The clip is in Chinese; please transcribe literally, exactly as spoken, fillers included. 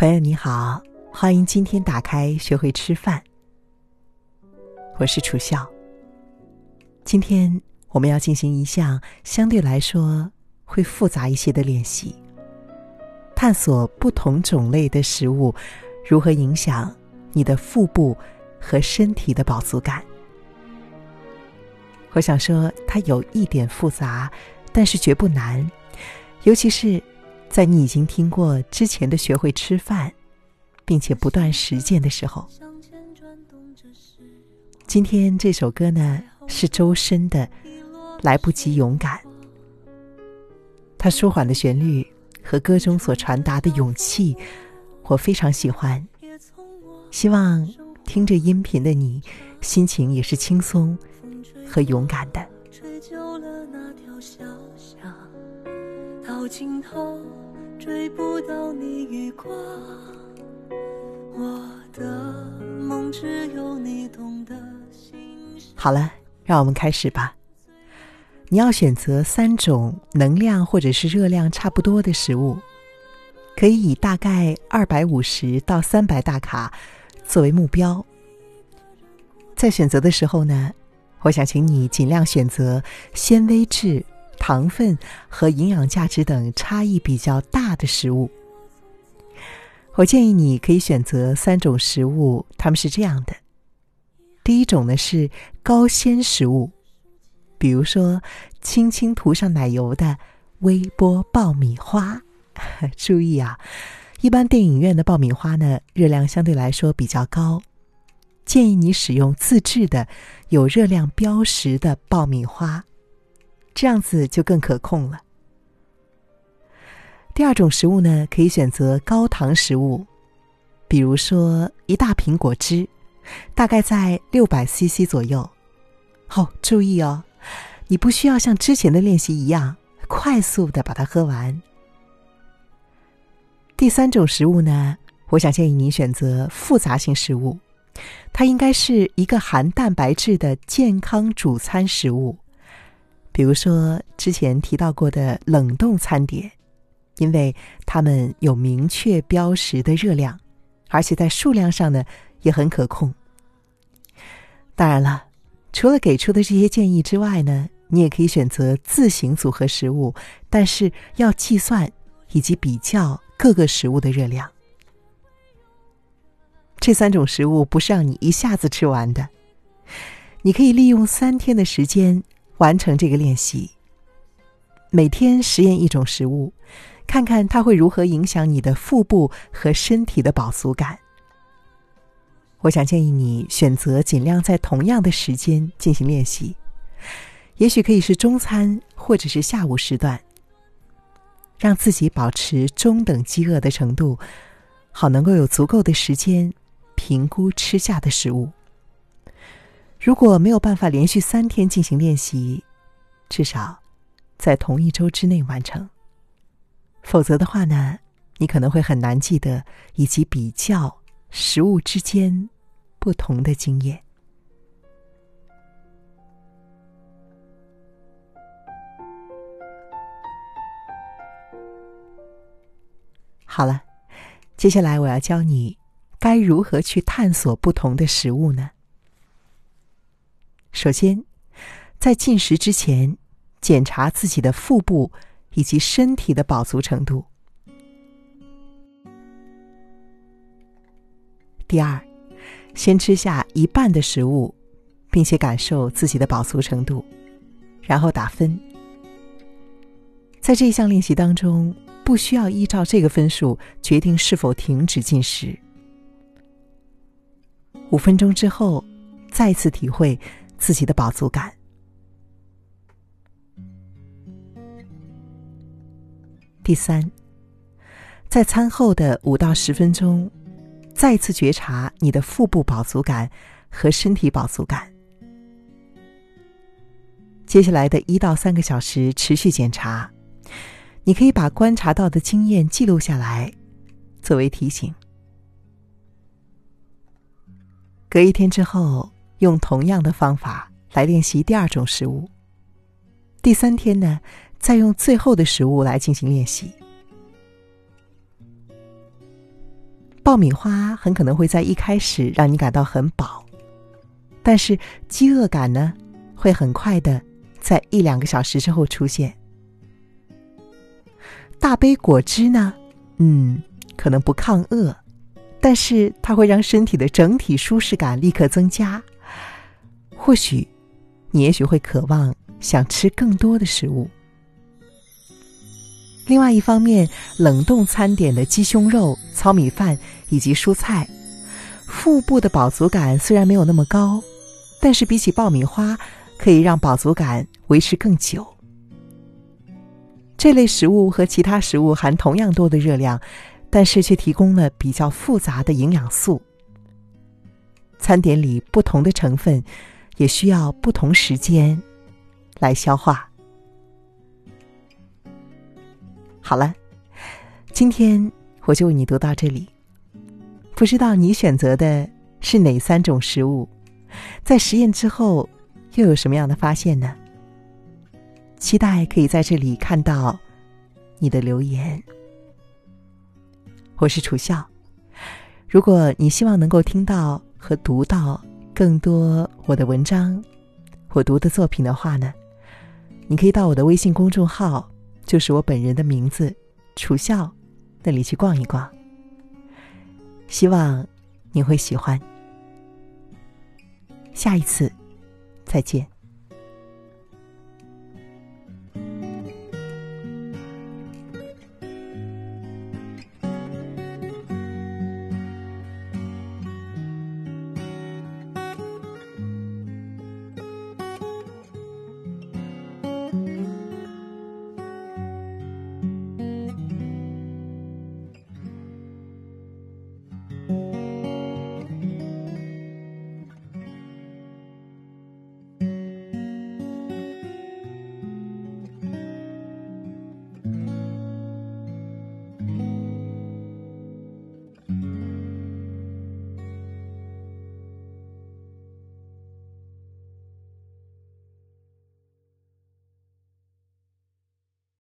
朋友你好，欢迎今天打开学会吃饭。我是楚笑。今天我们要进行一项相对来说会复杂一些的练习，探索不同种类的食物如何影响你的腹部和身体的饱足感。我想说它有一点复杂，但是绝不难，尤其是在你已经听过之前的学会吃饭并且不断实践的时候。今天这首歌呢，是周深的《来不及勇敢》。它舒缓的旋律和歌中所传达的勇气我非常喜欢，希望听着音频的你心情也是轻松和勇敢的。 吹旧了那条小巷，到尽头追不到你余光，我的梦只有你懂得欣赏。 好了，让我们开始吧。你要选择三种能量或者是热量差不多的食物，可以以大概二百五十到三百大卡作为目标。在选择的时候呢，我想请你尽量选择纤维质、糖分和营养价值等差异比较大的食物。我建议你可以选择三种食物，它们是这样的。第一种呢是高纤食物，比如说轻轻涂上奶油的微波爆米花。注意啊，一般电影院的爆米花呢，热量相对来说比较高，建议你使用自制的有热量标识的爆米花，这样子就更可控了。第二种食物呢，可以选择高糖食物，比如说一大瓶果汁，大概在 六百C C 左右。哦，注意哦，你不需要像之前的练习一样快速的把它喝完。第三种食物呢，我想建议你选择复杂性食物，它应该是一个含蛋白质的健康主餐食物，比如说之前提到过的冷冻餐点，因为它们有明确标识的热量，而且在数量上呢也很可控。当然了，除了给出的这些建议之外呢，你也可以选择自行组合食物，但是要计算以及比较各个食物的热量。这三种食物不是让你一下子吃完的，你可以利用三天的时间完成这个练习，每天实验一种食物，看看它会如何影响你的腹部和身体的饱足感。我想建议你选择尽量在同样的时间进行练习，也许可以是中餐或者是下午时段，让自己保持中等饥饿的程度，好能够有足够的时间评估吃下的食物。如果没有办法连续三天进行练习，至少在同一周之内完成。否则的话呢，你可能会很难记得以及比较食物之间不同的经验。好了，接下来我要教你该如何去探索不同的食物呢？首先，在进食之前，检查自己的腹部以及身体的饱足程度。第二，先吃下一半的食物，并且感受自己的饱足程度，然后打分。在这一项练习当中，不需要依照这个分数决定是否停止进食。五分钟之后，再次体会自己的饱足感。第三，在餐后的五到十分钟，再次觉察你的腹部饱足感和身体饱足感。接下来的一到三个小时持续检查，你可以把观察到的经验记录下来，作为提醒。隔一天之后，用同样的方法来练习第二种食物。第三天呢，再用最后的食物来进行练习。 爆米花很可能会在一开始让你感到很饱，但是饥饿感呢，会很快的在一两个小时之后出现。大杯果汁呢，嗯，可能不抗饿，但是它会让身体的整体舒适感立刻增加。或许，你也许会渴望想吃更多的食物。另外一方面，冷冻餐点的鸡胸肉、糙米饭以及蔬菜，腹部的饱足感虽然没有那么高，但是比起爆米花，可以让饱足感维持更久。这类食物和其他食物含同样多的热量，但是却提供了比较复杂的营养素。餐点里不同的成分也需要不同时间来消化。好了，今天我就为你读到这里。不知道你选择的是哪三种食物？在实验之后又有什么样的发现呢？期待可以在这里看到你的留言。我是楚笑，如果你希望能够听到和读到更多我的文章，我读的作品的话呢，你可以到我的微信公众号，就是我本人的名字楚笑，那里去逛一逛。希望你会喜欢。下一次再见。